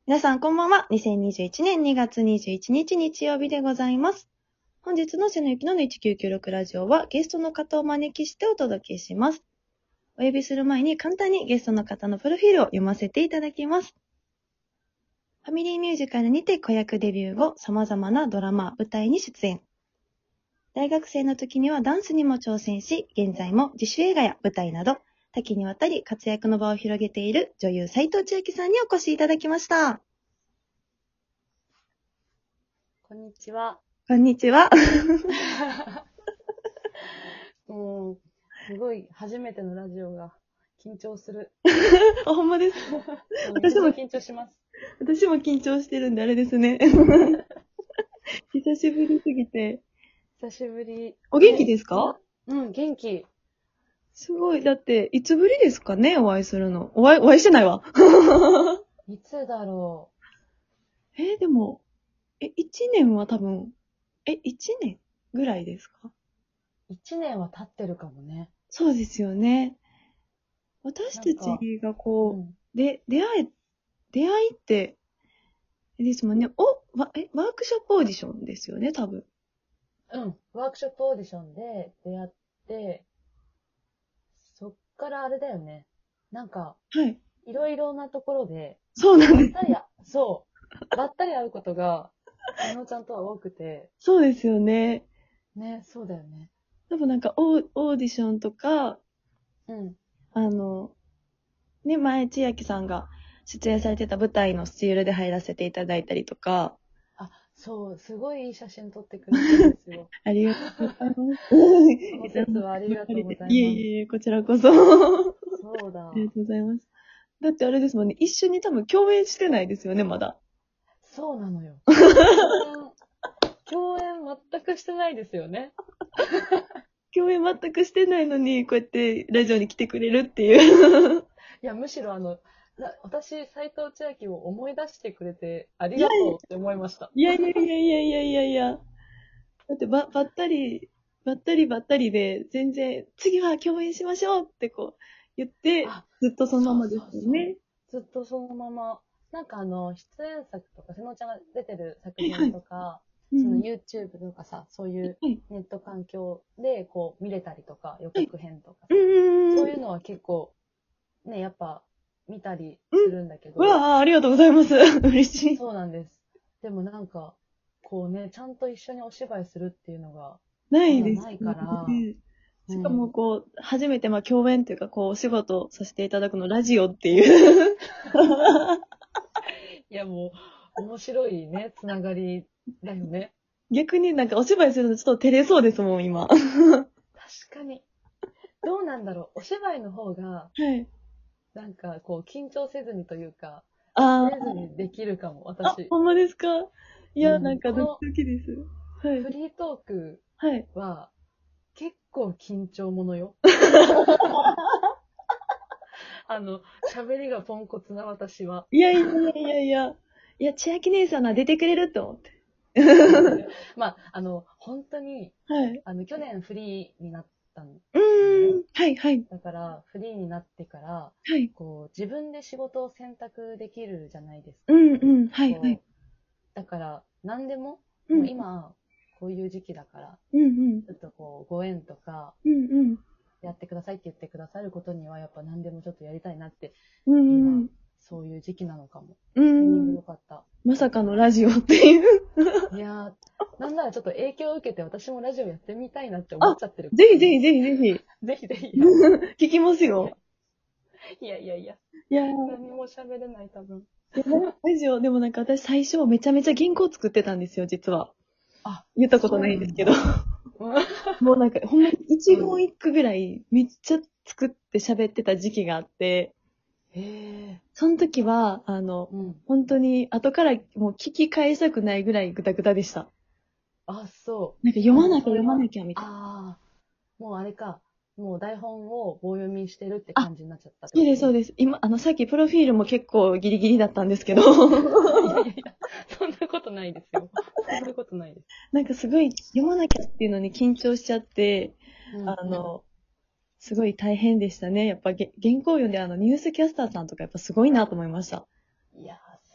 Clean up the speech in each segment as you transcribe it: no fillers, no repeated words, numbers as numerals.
皆さんこんばんは。2021年2月21日日曜日でございます。本日の瀬野ゆきの1996ラジオはゲストの方をお招きしてお届けします。お呼びする前に簡単にゲストの方のプロフィールを読ませていただきます。ファミリーミュージカルにて子役デビュー後、様々なドラマ、舞台に出演。大学生の時にはダンスにも挑戦し、現在も自主映画や舞台など、多岐にわたり活躍の場を広げている女優斉藤千秋さんにお越しいただきました。 こんにちは。 こんにちは。 もう、すごい、初めてのラジオが緊張する。 あ、ほんまです。 私も緊張します。 私も緊張してるんであれですね。久しぶりすぎて。 久しぶり。 お元気ですか？ うん、元気。 すごい。だって、いつぶりですかね、お会いするの。お会いしてないわ。 いつだろでも、1年は多分、1年ぐらいですか？ 1年は経ってるかもね。 そうですよね。私たちが出会いって、ですもんね。ワークショップオーディションですよね、多分。 うん、ワークショップオーディションで出会って、そっからあれだよね。なんか、 はい。 いろいろなところで、 そうなんです。 ばったり会うことが、あのちゃんとは多くて。 そうですよね。 ね、そうだよね。 多分なんかオーディションとか、 うん。 前、千秋さんが出演されてた舞台のスチールで入らせていただいたりとか。 あ、そう、すごいいい写真撮ってくれてるんですよ。 ありがとうございます。 この説はありがとうございます。 いえいえ、こちらこそ。 そうだ。 ありがとうございます。だってあれですもんね、一緒に多分共演してないですよね、まだ。 そうなのよ。共演全くしてないですよね。 共演全くしてないのに、こうやってラジオに来てくれるっていう。 いや、むしろ私、斉藤千秋を思い出してくれてありがとうって思いました。 いやいやいやいやいやいやいや。だってばったりで、全然、次は共演しましょうって言って、ずっとそのままですよね。 ずっとそのまま。なんか出演作とか、瀬野ちゃんが出てる作品とか、その YouTube とかさ、そういうネット環境で見れたりとか、予告編とかさ、そういうのは結構、ね、やっぱ見たりするんだけど。 ありがとうございます。嬉しい。 そうなんです。でもなんか、ちゃんと一緒にお芝居するっていうのが、 ないです、 ないから。 しかも初めて共演というか、お仕事させていただくのラジオっていう。 いやもう、面白いね、つながりだよね。 逆になんかお芝居するのちょっと照れそうですもん、今。 確かに。どうなんだろう。お芝居の方が、なんか緊張せずにというか、せずにできるかも、私。 ほんまですか？いや、なんかドキドキです。 フリートークは、結構緊張ものよ。喋りがポンコツな私は。 いや、千秋姉さんが出てくれると思って。 まあ、本当に、去年フリーになったの。だから、フリーになってから、自分で仕事を選択できるじゃないですか。だから、何でも、もう今、こういう時期だから、ちょっとご縁とか、やってくださいって言ってくださることには、やっぱ何でもちょっとやりたいなって、今、そういう時期なのかも。よかった。 まさかのラジオっていう。 いやー、なんならちょっと影響を受けて私もラジオやってみたいなって思っちゃってる。 ぜひぜひぜひぜひ。 ぜひぜひ。 聞きますよ。 いや。何も喋れない、多分。 ラジオ、でもなんか私最初めちゃめちゃ原稿作ってたんですよ、実は。言ったことないんですけど。もうなんか、ほんまに一言一句ぐらいめっちゃ作って喋ってた時期があって、その時は、本当に後からもう聞き返したくないぐらいグダグダでした。 あ、そう。 なんか読まなきゃみたいな。 もうあれか。もう台本を棒読みしてるって感じになっちゃったってこと。そうです。今、さっきプロフィールも結構ギリギリだったんですけど。いや、 そんなことないですよ。そんなことないです。 なんかすごい読まなきゃっていうのに緊張しちゃって、すごい大変でしたね。やっぱ原稿読んでニュースキャスターさんとかやっぱすごいなと思いました。 いや、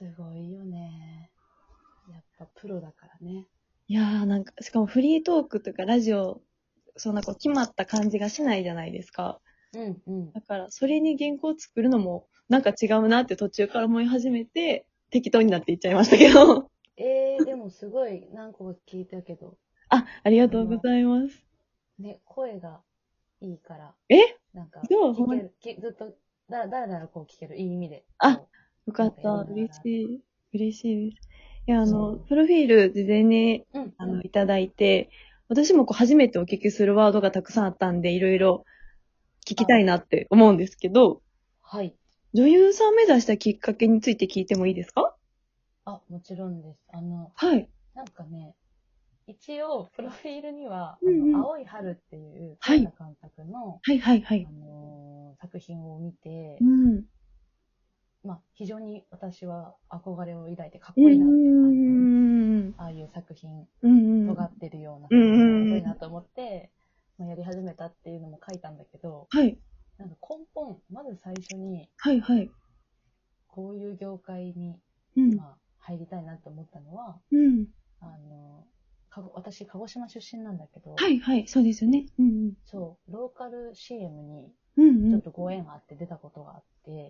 すごいよね。やっぱプロだからね。 いやーなんか、しかもフリートークとかラジオ、そんなこう決まった感じがしないじゃないですか。 うんうん。 だから、それに原稿作るのも、なんか違うなって途中から思い始めて、適当になっていっちゃいましたけど。 でもすごい何個か聞いたけど、 ありがとうございます。 ね、声がいいから、 えなんかそう、ほんまに。 聞ける、ずっと、だらだらこう聞ける、いい意味で、 あ、 こよう、なんかやりかった。 ながら。 嬉しい。嬉しいです。いや、 そプロフィール事前に、 う。うんうん。 いただいて、私もこう初めてお聞きするワードがたくさんあったんで、いろいろ聞きたあ、 いなって思うんですけど、 はい。 女優さん目指したきっかけについて聞いてもいいですか？ もちろんです。 はい。 なんかね、一応、プロフィールには、 うんうん。 青い春っていうはい。 豊田監督の、 はいはいはい。 作品を見て、 うん。 まあ、非常に私は憧れを抱いてかっうんこいいなって、 うん。 ああいう作品、 うんうん。 尖ってるようなうん作品がかっこうん。 いいなと思って、まあ、やり始めたっていうのも書いたんだけど、 はい。 なんか根本、まず最初に、 はいはい。 こういう業界に、 うん。 まあ、入りたいなと思ったのは、 うん。 あの、私、鹿児島出身なんだけど、 はいはい。そうですよね。うんそう、ローカル CM にうん。うんちょっとご縁があって出たことがあって、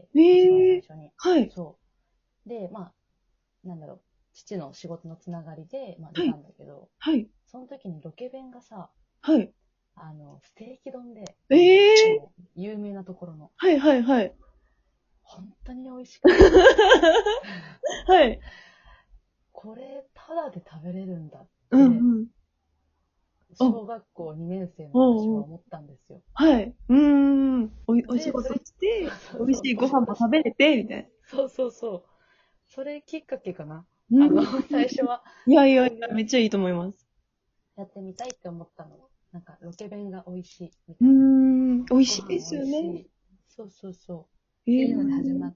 うん。 一番最初に。 はい。 そう。で、まあ、なんだろう、父の仕事のつながりで、まあ、出はい。 たんだけど、 はい。 その時にロケ弁がさ、 はい。 ステーキ丼で、 ええもう有名なところの、 はいはいはい。 本当に美味しくて、 はい。 これ、タダで食べれるんだっうんて、 うん。お、 小学校2年生の私おうおう。 は思ったんですよ。 はい。お仕で、 事して、 そうそう、 美味しいおご飯も食仕事して、 べれて、みたいそうそうそう。それきっかけかな。 な。うん。 最初は、 いやいやいや、 そういう、 めっちゃいいと思います。 やってみたいって思ったのは、なんか、ロケ弁が美味しい、みうーたいな。 ん。美味ごしいで飯美すよね。 味しい。そうそうそう。っえていうので始ー、 まって、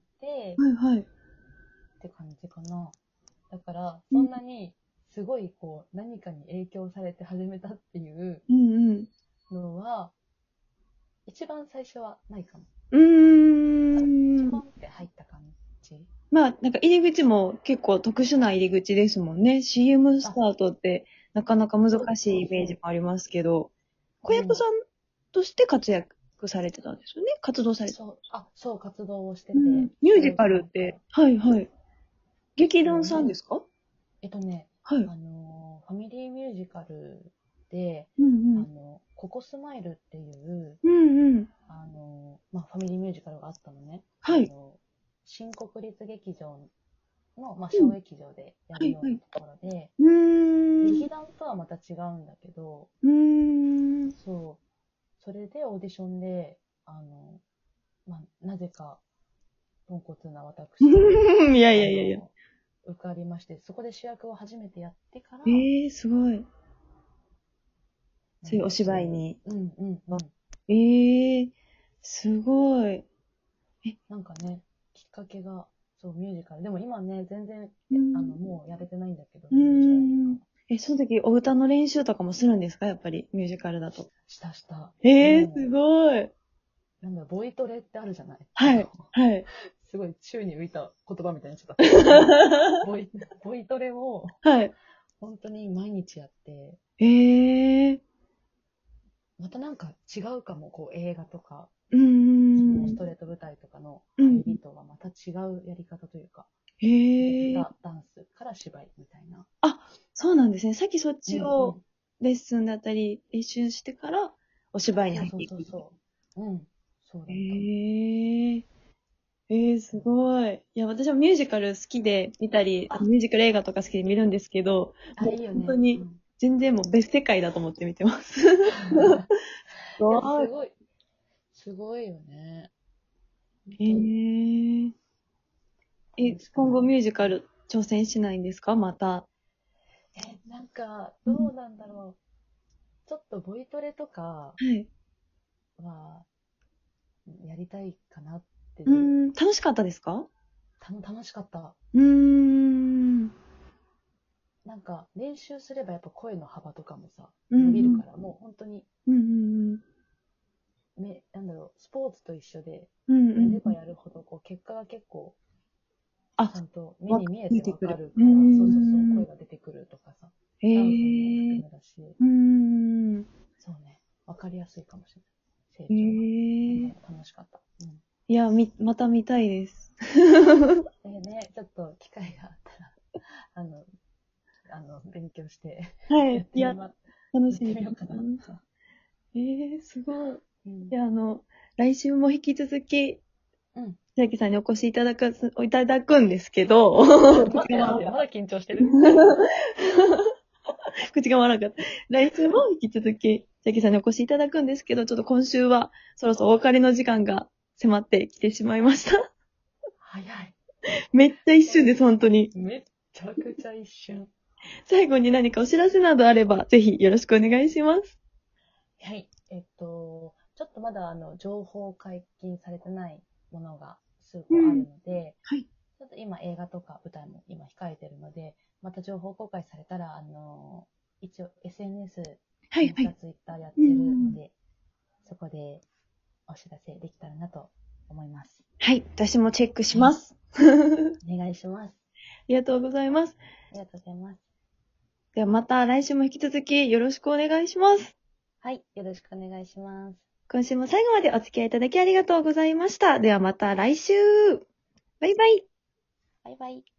はいはい。 って感じかな。だから、そうんんなに、すごい、こう、何かに影響されて始めたっていううんうん。 のは、一番最初はないかも。 うーん。 ちょこんって入った感じ。 まあ、なんか入り口も結構特殊な入り口ですもんね。CM スあ、 タートってなかなか難そうしいイメージそうそもありますけど、 う。うん。 子役さんとして活躍されてたんですよね。活動されてた。 そう、活動をしてうん。 て、 ミュージカ小3から。 ルって、はいはい。劇団そう、 さんですか？ えっとね、 はい。 ファミリーミュージカルで、 うんうん。 ココスマイルっていう、 うんうん。 まあ、ファミリーミュージカルがあったのね。 はい。 新国立劇場の、まあ、 うん。 小劇場でやはいはい。 るようなところで、 うーん。 劇団とはまた違うんだけど、 うーん。 そう、それでオーディションで、まあ、なぜか、ポンコツな私、 いやいやいやいや。 受かりまして、そこで主役を初めてやってから、 すごい。そういうおそういう、 芝居に。 うんうんうん。 すごい。 なんかね、きっかけが、そう、ミュージカル。でも今ね、全然、 うんもうやれてないんだけど、 うーミュージカルとか。 ん。その時お歌の練習とかもするんですか？やっぱりミュージカルだと。 した。 すもごい。 う、なんだろう、ボイトレってあるじゃない。 はい。はい。 すごい宙に浮いた言葉みたいになっちゃった。あの、ボイトレを、 はい。 本当に毎日やって、 えー。 またなんか違うかも、こう映画とか、 うーん。 ストレート舞台とかのうん。 入りとはまた違うやり方というか、 へー。 歌、ダンスから芝居みたいな。 あ、そうなんですね。さっきそっうんちをうん。 レッスンだったり、練習してからお芝居にそうそう入っていく。 そうそう。うん。そうへだった。 ー。すごい。いや、私もミュージカル好きで見たり、 あ、 ミュージカル映画とか好きで見るんですけど、もういいよね。う本当にん。 全然もう別世界だと思って見てます。すでもごい。 すごいよね。 へ本ー。 当楽しくなる。 今後ミュージカル挑戦しないんですかまた？ なんか、 うん、 どうなんだろう。ちょっとボイトレとかはい。 は、やりたいかなっていう。 楽しかったですか？ 楽しかった。 うーん。 なんか、練習すればやっぱ声の幅とかもさ、 うんうん。 伸びるから、もう本当に、 うんうんなんだろう、スポーツと一緒で、 うん。うんうん。 やればやるほど、こう、結果が結構ちゃんと目に見えてわかるから、そうそうそう、声が出てくるとかさ。ダンスも含めだし。そうね。わかりやすいかもしれない。成長が。楽しかった。 いや、また見たいです。 ね、ちょっと機会があったら、勉強して。 はい。いや、楽しみ。 やってみようかな。 すごい。いや、来週も引き続き、千秋さんにお越しいただくんですけど、 まだ緊張してる口が回らなかった。来週も引き続き、千秋さんにお越しいただくんですけど、ちょっと今週はそろそろお別れの時間が迫ってきてしまいました。 早い。 めっちゃ一瞬です、本当に。 めっちゃくちゃ一瞬。 最後に何かお知らせなどあれば、ぜひよろしくお願いします。 はい。ちょっとまだ情報解禁されてないものが数個あるので、はい。ちょっと今映画とか舞台も今控えてるので、また情報公開されたら、一応 SNS、はい、Twitter やってるので、そこでお知らせできたらなと思います。 はい。私もチェックします。 お願いします。 ありがとうございます。 ありがとうございます。 ではまた来週も引き続きよろしくお願いします。 はい。よろしくお願いします。 今週も最後までお付き合いいただきありがとうございました。ではまた来週。バイバイ。 バイバイ。